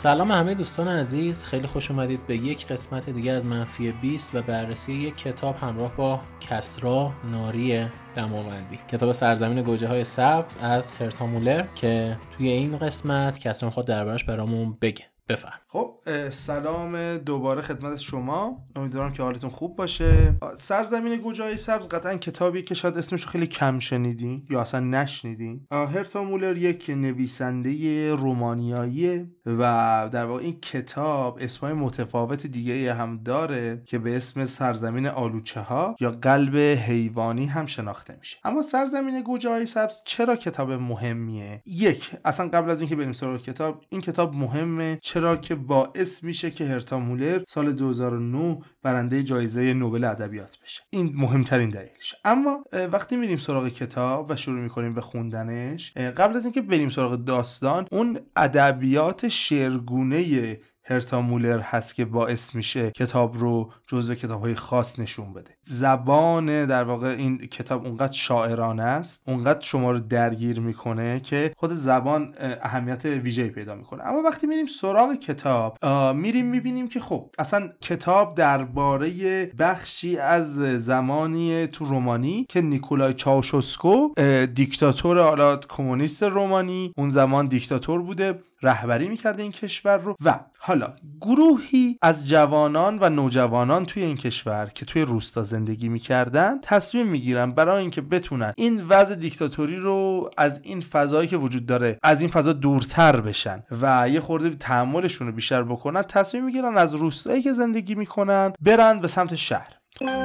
سلام همه دوستان عزیز، خیلی خوش اومدید به یک قسمت دیگه از منفی 20 و بررسی یک کتاب همراه با کسری ناری دماوندی، کتاب سرزمین گوجه های سبز از هرتا مولر که توی این قسمت کسری میخواد دربارش برامون بگه. بفرم. خب سلام دوباره خدمت شما، امیدوارم که حالتون خوب باشه. سرزمین گوجه های سبز قطعا کتابی که شاید اسمشو خیلی کم شنیدین یا اصلا نشنیدین. هرتا مولر یک نویسنده رومانیاییه و در واقع این کتاب اسمای متفاوت دیگه هم داره که به اسم سرزمین آلوچه ها یا قلب حیوانی هم شناخته میشه. اما سرزمین گوجه های سبز چرا کتاب مهمیه؟ اصلا قبل از اینکه بریم سراغ کتاب، این کتاب مهمه چرا که باعث میشه که هرتا مولر سال 2009 برنده جایزه نوبل ادبیات بشه. این مهمترین دلیلش. اما وقتی میریم سراغ کتاب و شروع میکنیم به خوندنش، قبل از اینکه بریم سراغ داستان، اون ادبیات شعرگونه هرتا مولر هست که باعث میشه کتاب رو جزو کتاب‌های خاص نشون بده. زبان در واقع این کتاب اونقدر شاعرانه است، اونقدر شما رو درگیر میکنه که خود زبان اهمیت ویژه‌ای پیدا میکنه. اما وقتی میریم سراغ کتاب، میریم میبینیم که خب اصلا کتاب درباره بخشی از زمانی تو رومانی که نیکولای چاوشسکو دیکتاتور حالا کمونیست رومانی اون زمان دیکتاتور بوده، رهبری میکرده این کشور رو و حالا گروهی از جوانان و نوجوانان توی این کشور که توی روستا زندگی میکردن تصمیم میگیرن برای اینکه بتونن این وضع دیکتاتوری رو از این فضایی که وجود داره از این فضا دورتر بشن و یه خورده تحملشون رو بیشتر بکنن، تصمیم میگیرن از روستایی که زندگی میکنن برن به سمت شهر.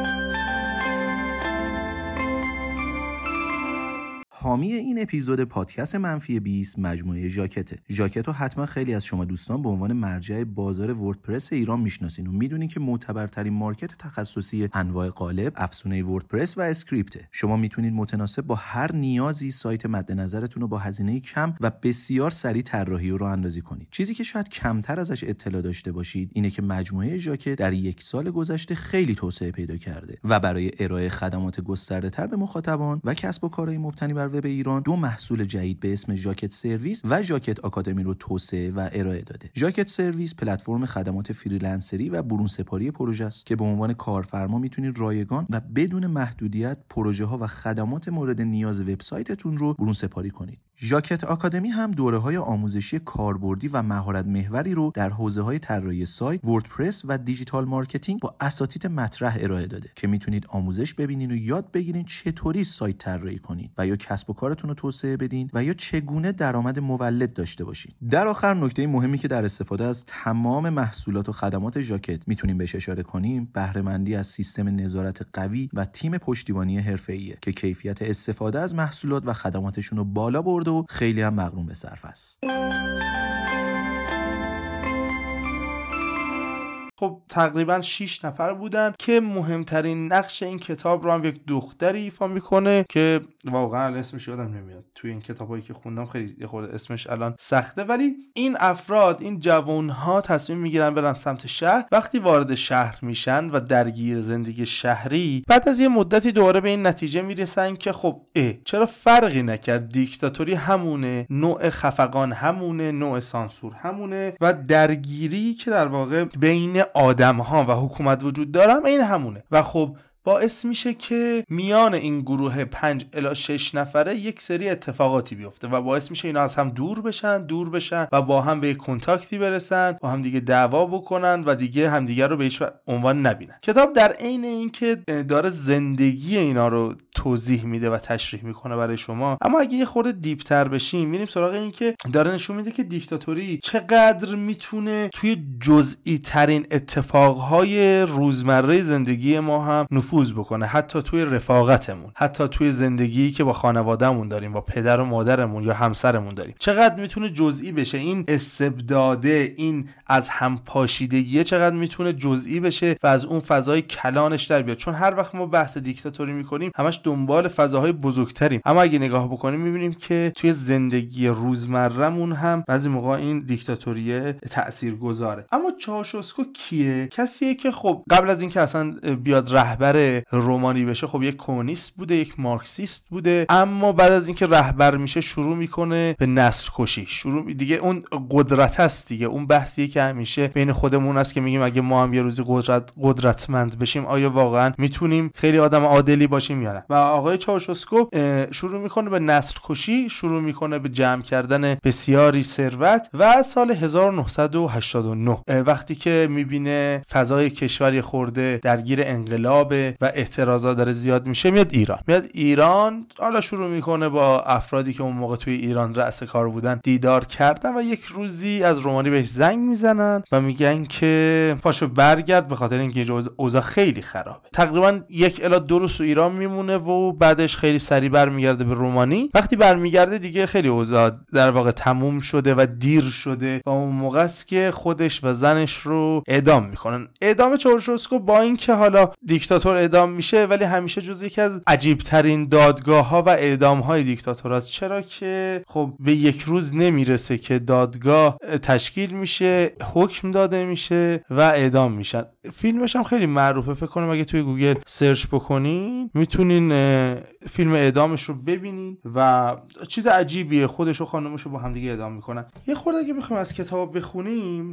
حامی این اپیزود پادکست منفی 20 مجموعه ژاکته. ژاکت رو حتما خیلی از شما دوستان به عنوان مرجع بازار وردپرس ایران میشناسین و میدونین که معتبرترین مارکت تخصصی انواع قالب، افزونه وردپرس و اسکریپت. شما میتونید متناسب با هر نیازی سایت مد نظرتون رو با هزینه کم و بسیار سریع طراحی و راه اندازی کنید. چیزی که شاید کمتر ازش اطلاع داشته باشید اینه که مجموعه ژاکت در یک سال گذشته خیلی توسعه پیدا کرده و برای ارائه خدمات گسترده‌تر به مخاطبان و کسب و کارهای مبتنی بر وب ایران 2 محصول جدید به اسم ژاکت سرویس و ژاکت آکادمی رو توسعه و ارائه داده. ژاکت سرویس پلتفرم خدمات فریلنسری و برون سپاری پروژه است که به عنوان کارفرما میتونید رایگان و بدون محدودیت پروژه ها و خدمات مورد نیاز وبسایتتون رو برون سپاری کنید. ژاکت آکادمی هم دوره‌های آموزشی کاربردی و مهارت محوری رو در حوزه‌های طراحی سایت، وردپرس و دیجیتال مارکتینگ با اساتید مطرح ارائه داده که میتونید آموزش ببینین و یاد بگیرین چطوری سایت طراحی کنید و یا کسب و کارتون رو توسعه بدین و یا چگونه درآمد مولد داشته باشین. در آخر نکته مهمی که در استفاده از تمام محصولات و خدمات ژاکت میتونیم بهش اشاره کنیم، بهره مندی از سیستم نظارت قوی و تیم پشتیبانی حرفه‌ایه که کیفیت استفاده از محصولات و خدماتشون رو بالا برده و خیلی هم مغروم به صرف است. خب تقریبا 6 نفر بودن که مهمترین نقش این کتاب رو هم یک دختری ایفا میکنه که واقعا اسمش یادم نمیاد، توی این کتابایی که خوندم خیلی خورده اسمش الان سخته، ولی این افراد، این جوانها تصمیم میگیرن برن سمت شهر. وقتی وارد شهر میشن و درگیر زندگی شهری، بعد از یه مدتی دوباره به این نتیجه میرسن که خب چرا فرقی نکرد، دیکتاتوری همونه، نوع خفقان همونه، نوع سانسور همونه و درگیری که در واقع بین آدم‌ها و حکومت وجود دارم این همونه و خب باعث میشه که میان این گروه 5 الی 6 نفره یک سری اتفاقاتی بیفته و باعث میشه اینا از هم دور بشن و با هم به یک کنتاکتی برسن، با هم دیگه دعوا بکنن و دیگه همدیگه رو به هیچ عنوان نبینن. کتاب در عین اینکه داره زندگی اینا رو توضیح میده و تشریح میکنه برای شما، اما اگه یه خورده دیپتر بشیم میریم سراغ این که داره نشون میده که دیکتاتوری چقدر میتونه توی جزئی ترین اتفاقهای روزمره زندگی ما هم نفوذ بکنه، حتی توی رفاقتمون، حتی توی زندگی که با خانوادهمون داریم، با پدر و مادرمون یا همسرمون داریم، چقدر میتونه جزئی بشه. این استبداده، این از هم پاشیدگی چقدر میتونه جزئی بشه و از اون فضای کلانش در بیاد. چون هر وقت ما بحث دیکتاتوری میکنیم همش دنبال فضاهای بزرگتریم. اما اگه نگاه بکنیم میبینیم که توی زندگی روزمرهمون هم بعضی موقع این دیکتاتوری تاثیرگذاره. اما چاوشسکو کیه؟ کسیه که خب قبل از اینکه اصلا بیاد رهبر رومانی بشه خب یک کمونیست بوده، یک مارکسیست بوده، اما بعد از اینکه رهبر میشه شروع میکنه به نسل کشی. شروع دیگه اون قدرت است دیگه، اون بحثیه که همیشه بین خودمون است که میگیم اگه ما هم یه روزی قدرتمند بشیم آیا واقعا میتونیم خیلی آدم عادلی باشیم یا نه. و آقای چاوشسکو شروع میکنه به نسل کشی، شروع میکنه به جمع کردن بسیاری ثروت و سال 1989 وقتی که میبینه فضای کشوری خورده درگیر انقلاب و اعتراضات داره زیاد میشه، میاد ایران. حالا شروع میکنه با افرادی که اون موقع توی ایران رأس کار بودن دیدار کردن و یک روزی از رومانی بهش زنگ میزنن و میگن که پاشو برگرد به خاطر اینکه اوضاع خیلی خرابه. تقریبا 1 الی 2 روز تو ایران میمونه و بعدش خیلی سریع برمیگرده به رومانی. وقتی برمیگرده دیگه خیلی اوضاع در واقع تموم شده و دیر شده و اون موقع است که خودش و زنش رو اعدام میکنن. اعدام چاوشسکو با اینکه حالا دیکتاتور اعدام میشه ولی همیشه جزو یکی از عجیب ترین دادگاه‌ها و اعدام‌های دیکتاتوراست، چرا که خب به 1 روز نمیرسه که دادگاه تشکیل میشه، حکم داده میشه و اعدام میشن. فیلمش هم خیلی معروفه، فکر کنم اگه توی گوگل سرچ بکنین میتونین فیلم اعدامش رو ببینین و چیز عجیبیه. خودش و خانمش رو با هم دیگه اعدام میکنن. یه خورده اگه بخوایم از کتاب بخونیم،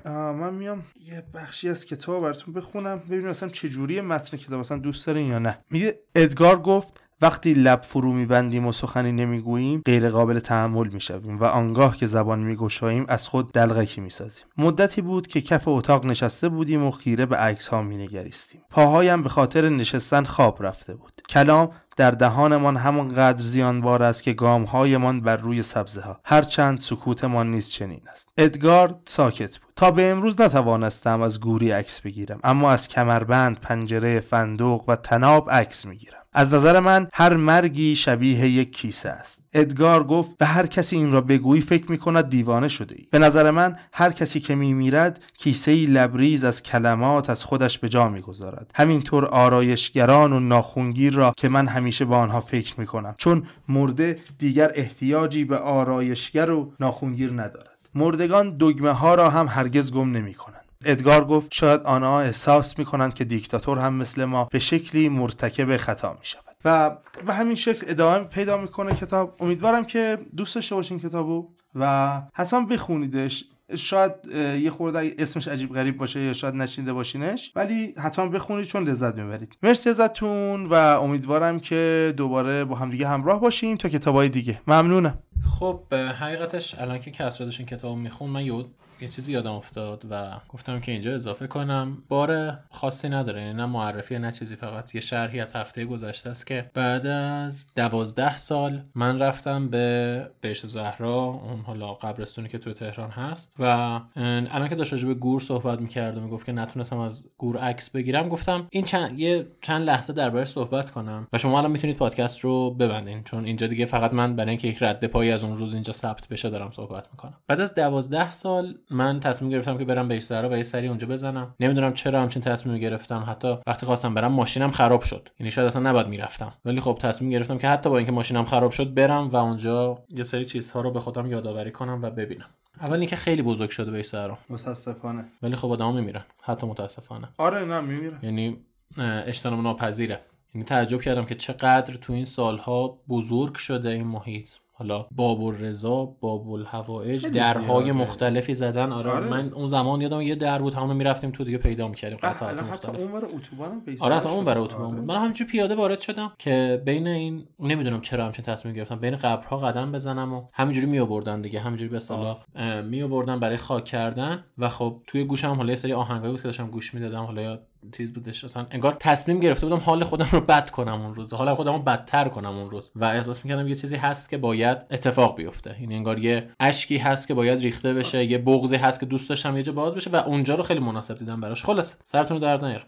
من میام یه بخشی از کتاب براتون بخونم ببینیم مثلا چه جوریه متن کتاب، مثلا دوست دارین یا نه. میگه ادگار گفت وقتی لب فرو میبندیم و سخنی نمیگوییم غیر قابل تحمل میشویم و آنگاه که زبان میگشاییم از خود دلغکی میسازیم. مدتی بود که کف اتاق نشسته بودیم و خیره به عکس ها مینگریستیم. پاهایم به خاطر نشستن خواب رفته بود. کلام در دهانمان همانقدر زیانبار است که گامهایمان بر روی سبزه ها، هرچند سکوتمان نیز چنین است. ادگار ساکت بود. تا به امروز نتوانستم از گوری عکس بگیرم، اما از کمربند، پنجره فندق و طناب عکس میگیرم. از نظر من هر مرگی شبیه یک کیسه است. ادگار گفت به هر کسی این را بگویی فکر می‌کند دیوانه شده ای. به نظر من هر کسی که میمیرد کیسه‌ای لبریز از کلمات از خودش به جا میگذارد. همینطور آرایشگران و ناخونگیر را که من همیشه با آنها فکر می‌کنم، چون مرده دیگر احتیاجی به آرایشگر و ناخونگیر ندارد. مردگان دگمه ها را هم هرگز گم نمی‌کنند. ادگار گفت شاید آنها احساس می‌کنند که دیکتاتور هم مثل ما به شکلی مرتکب خطا می‌شود. و به همین شکل ادامه پیدا میکنه کتاب. امیدوارم که دوست داشته باشین کتابو و حتما بخونیدش. شاید یه خورده اسمش عجیب غریب باشه یا شاید نشینده باشینش، ولی حتما بخونید چون لذت میبرید. مرسی ازتون و امیدوارم که دوباره با هم دیگه همراه باشیم تا کتابای دیگه. ممنونم. خب حقیقتش الان که کسرا داشتین کتاب میخون من یه چیزی یادم افتاد و گفتم که اینجا اضافه کنم. بار خاصی نداره، یعنی نه معرفی نه چیزی، فقط یه شرحی از هفته گذشته است که بعد از 12 سال من رفتم به بهشت زهرا، اون حالا قبرستونی که تو تهران هست، و الان که داشت راجع به گور صحبت می‌کرد و میگفت که نتونستم از گور عکس بگیرم، گفتم این چند لحظه دربارش صحبت کنم و شما الان میتونید پادکست رو ببندین، چون اینجا دیگه فقط من برای اینکه یک رد پایی از اون روز اینجا ثبت بشه دارم صحبت می‌کنم. بعد از 12 سال من تصمیم گرفتم که برم بهشت زهرا و یه سری اونجا بزنم. نمیدونم چرا همچین تصمیمی گرفتم. حتی وقتی خواستم برم ماشینم خراب شد، یعنی شاید اصلا نباید میرفتم، ولی خب تصمیم گرفتم که حتی با اینکه ماشینم خراب شد برم و اونجا یه سری چیزها رو به خودم یادآوری کنم و ببینم. اول اینکه خیلی بزرگ شده بهشت زهرا متاسفانه، ولی خب آدما میمیرن حتی متاسفانه. آره نه میمیرن، یعنی اجتناب ناپذیره. یعنی تعجب کردم که چقدر تو این سالها بزرگ شده این محیط. حالا باب‌الرضا، باب‌الهوائج، درهای مختلفی زدن. آره من اون زمان یادم یه در بود همون میرفتیم تو دیگه پیدا می‌کردیم قطعات مختلف. حتی اونور اتوبان هم آره اصلا اونور اتوبان بود. من همینجوری پیاده وارد شدم که بین این نمیدونم چرا همچین تصمیم گرفتم بین قبرها قدم بزنم و همینجوری میآوردن دیگه، همینجوری به اصطلاح میآوردن برای خاک کردن و خب توی گوشم حالا یه سری آهنگایی بود که داشتم گوش میدادم، حالا یا چیز بودش اصلا انگار تصمیم گرفته بودم حال خودم رو بد کنم اون روز، حال خودم رو بدتر کنم اون روز و احساس می‌کردم یه چیزی هست که باید اتفاق بیفته. این انگار یه اشکی هست که باید ریخته بشه، یه بغضی هست که دوست داشتم یه جا باز بشه و اونجا رو خیلی مناسب دیدم براش. خلاص سرتون رو درد نیار.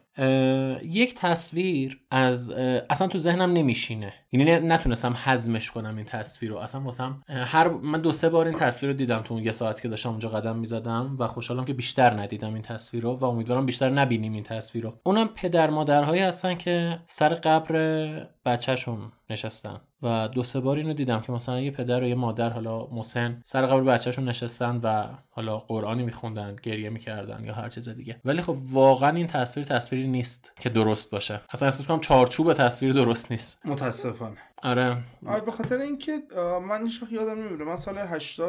یک تصویر از اصلا تو ذهنم نمیشینه، یعنی نتونستم هضمش کنم این تصویر رو. اصلا واسم من 2-3 بار این تصویر رو دیدم تو اون 1 ساعت که داشتم اونجا قدم میزدم و خوشحالم که بیشتر ندیدم این تصویر رو و امیدوارم بیشتر نبینیم این تصویر رو. اونم پدر مادرهایی هستن که سر قبر بچه‌شون نشستن و 2-3 بار اینو دیدم که مثلا یه پدر و یه مادر حالا مسن سر قبر بچه‌شون نشستن و حالا قرآنی میخوندن، گریه میکردن یا هر چیز دیگه. ولی خب واقعا این تصویری نیست که درست باشه. اصلا احساس می‌کنم چارچوب تصویر درست نیست متاسفانه. آره به خاطر اینکه من هیچ وقت یادم نمیره، من سال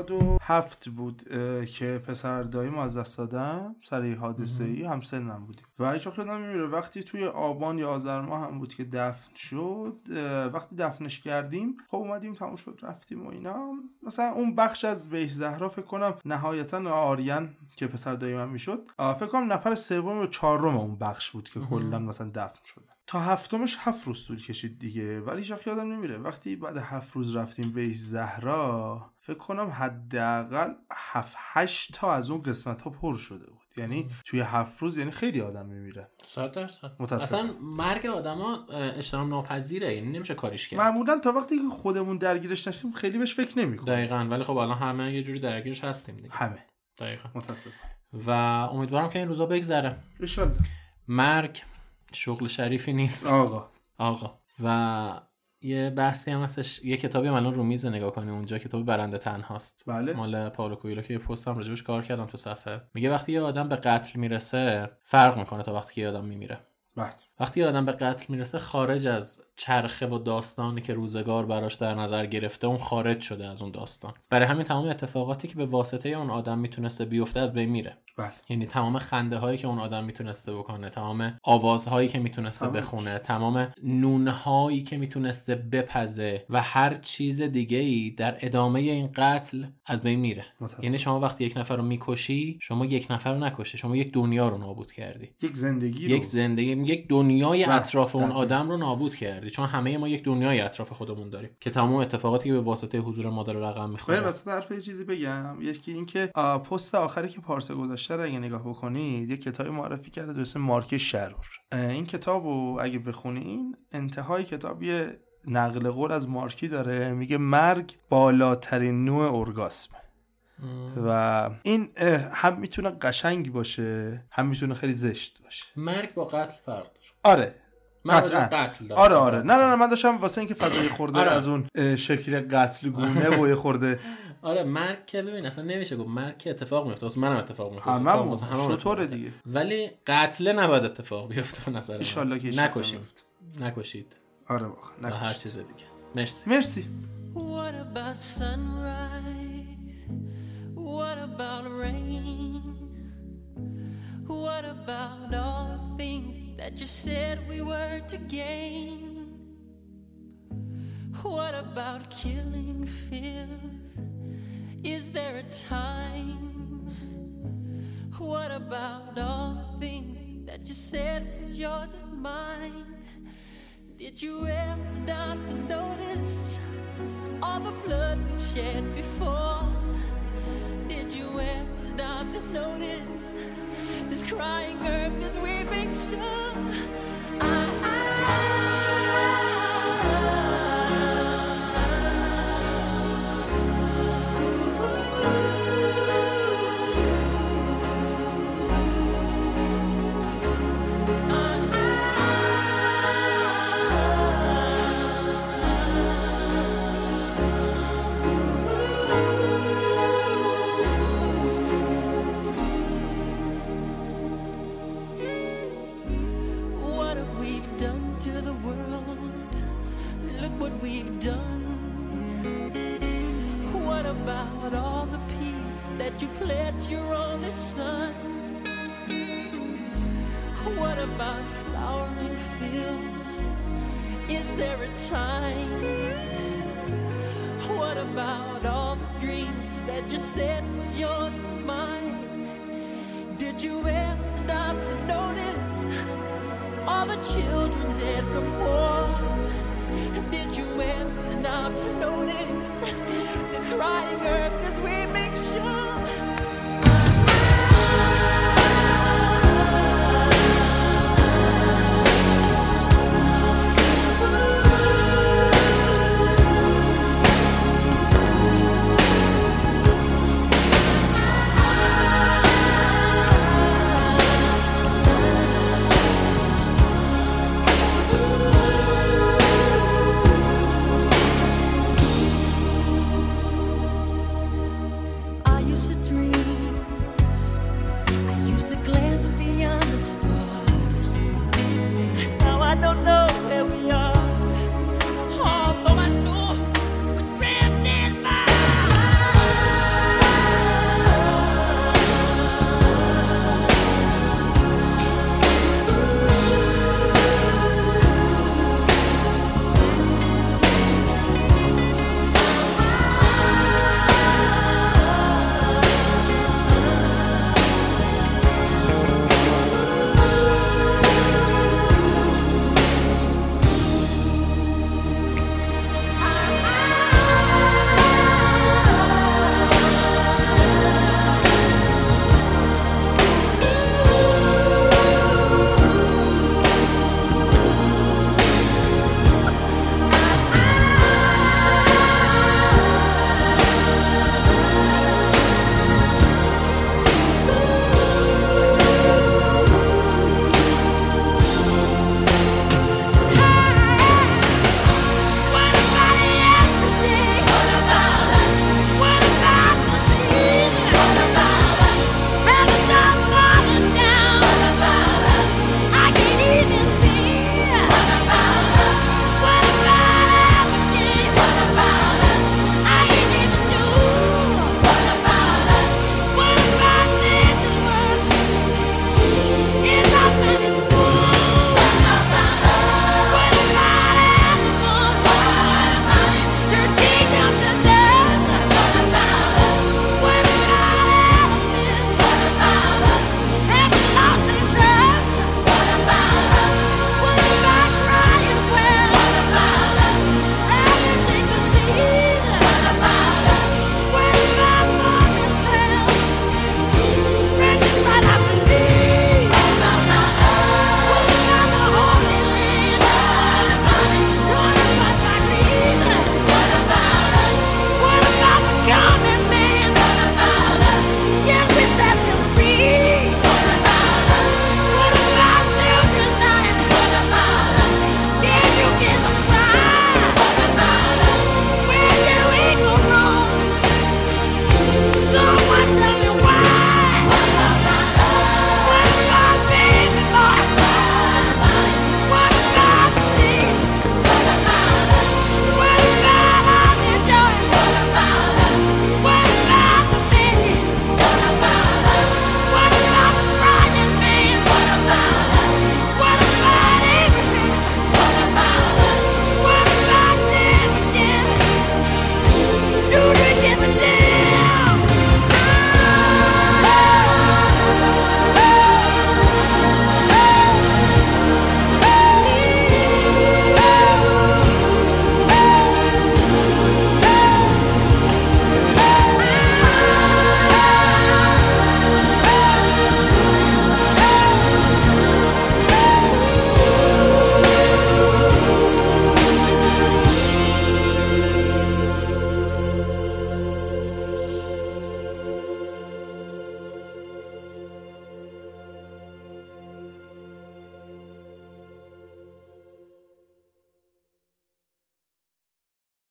87 بود که پسر داییمو از دست دادم سر یه حادثه‌ای، همسنم بودیم و هیچ وقت یادم نمیره وقتی توی آبان یا آذر ماه هم بود که دفن شد. وقتی دفنش کردیم خب اومدیم تموم شد رفتیم و اینا. مثلا اون بخش از بیت زهرا فکر کنم نهایتا آریان که پسر داییمم میشد فکر کنم نفر سوم یا چهارم اون بخش بود که کلا مثلا دفن شد. تا هفتمش 7 روز طول کشید دیگه، ولی هیچ وقت یادم نمیره وقتی بعد 7 روز رفتیم بیت زهرا فکر کنم حداقل 7-8 تا از اون قسمت ها پر شده بود. یعنی توی 7 روز یعنی خیلی آدم میمیره. 100%. اصلا مرگ آدما اجتناب ناپذیره، یعنی نمیشه کاریش کرد. معمولا تا وقتی که خودمون درگیرش نشیم خیلی بهش فکر نمی‌کنیم. دقیقاً. ولی خب الان همه یه جوری درگیرش هستیم دیگه. همه. دقیقاً. متاسفم. و امیدوارم که این روزا بگذره. ان شاءالله. مرگ شغل شریفی نیست آقا. و یه بحثی هم هستش، یه کتابی من رو میز نگاه کنی اونجا، کتاب برنده تنهاست. بله. مال پائولو کوئلو که یه پست هم راجبش کار کردم تو صفحه. میگه وقتی یه آدم به قتل میرسه فرق میکنه تا وقتی که یه آدم میمیره. وقتی آدم به قتل میرسه خارج از چرخه و داستانی که روزگار براش در نظر گرفته اون خارج شده از اون داستان. برای همین تمام اتفاقاتی که به واسطه اون آدم میتونسته بیفته از بین میره. یعنی تمام خنده هایی که اون آدم میتونسته بکنه، تمام آوازهایی که میتونسته بخونه، تمام نونهایی که میتونسته بپزه و هر چیز دیگه‌ای در ادامه این قتل از بین میره. یعنی شما وقتی یک نفر رو میکشی، شما یک نفر رو نکشتی، شما یک دنیا رو نابود کردی. یک دنیای اطراف اون آدم رو نابود کردی، چون همه ما یک دنیای اطراف خودمون داریم که تمام اتفاقاتی که به واسطه حضور مادر رقم میخوره. واسه طرف یه چیزی بگم، یکی این که پست آخری که پارسا گذاشته رو اگه نگاه بکنید، یه کتابی معرفی کرده به اسم مارک شرور. این کتابو اگه بخونین انتهای کتاب یه نقل قول از مارکی داره، میگه مرگ بالاترین نوع ارگاسم. و این هم میتونه قشنگ باشه هم میتونه خیلی زشت باشه. مرگ با قتل فرق داره. آره من قتل دارم. آره نه من داشتم واسه اینکه فضای خورده از اون شکل قتل گونه و یه خورده. آره مرگ که ببین اصلا نمیشه گفت مرگ که اتفاق میفته، واسه منم اتفاق میفته، همه شطوره دیگه. ولی قتل نباید اتفاق بیفته به نظر من. ان شاء الله که نکشید. آره واقعا هر چیز دیگه. مرسی. What about sunrise? What about rain? What about all the things that you said we were to gain? What about killing fears? Is there a time? What about all the things that you said was yours and mine? Did you ever stop to notice all the blood we've shed before? Did you ever stop to notice this crying earth, this weeping shore? You pledged your only son. What about flowering fields? Is there a time? What about all the dreams that you said was yours and mine? Did you ever stop to notice all the children dead from war?